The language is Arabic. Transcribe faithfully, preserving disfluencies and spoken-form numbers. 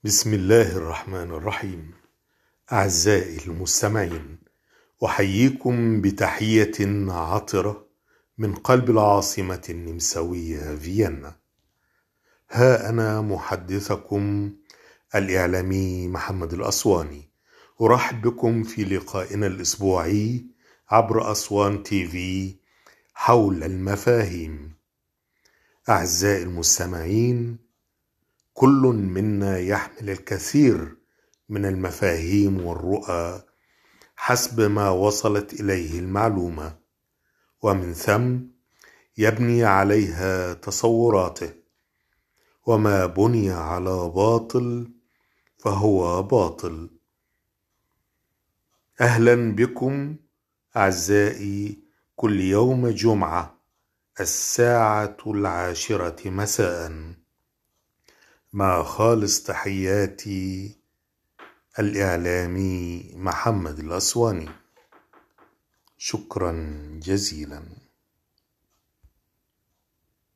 بسم الله الرحمن الرحيم. أعزائي المستمعين، أحييكم بتحية عطرة من قلب العاصمة النمساوية فيينا. ها أنا محدثكم الإعلامي محمد الأسواني، أرحب بكم في لقائنا الأسبوعي عبر أسوان تي في حول المفاهيم. أعزائي المستمعين، كل منا يحمل الكثير من المفاهيم والرؤى حسب ما وصلت إليه المعلومة، ومن ثم يبني عليها تصوراته، وما بني على باطل فهو باطل. أهلا بكم أعزائي كل يوم جمعة الساعة العاشرة مساء، مع خالص تحياتي الإعلامي محمد الأسواني. شكرا جزيلا.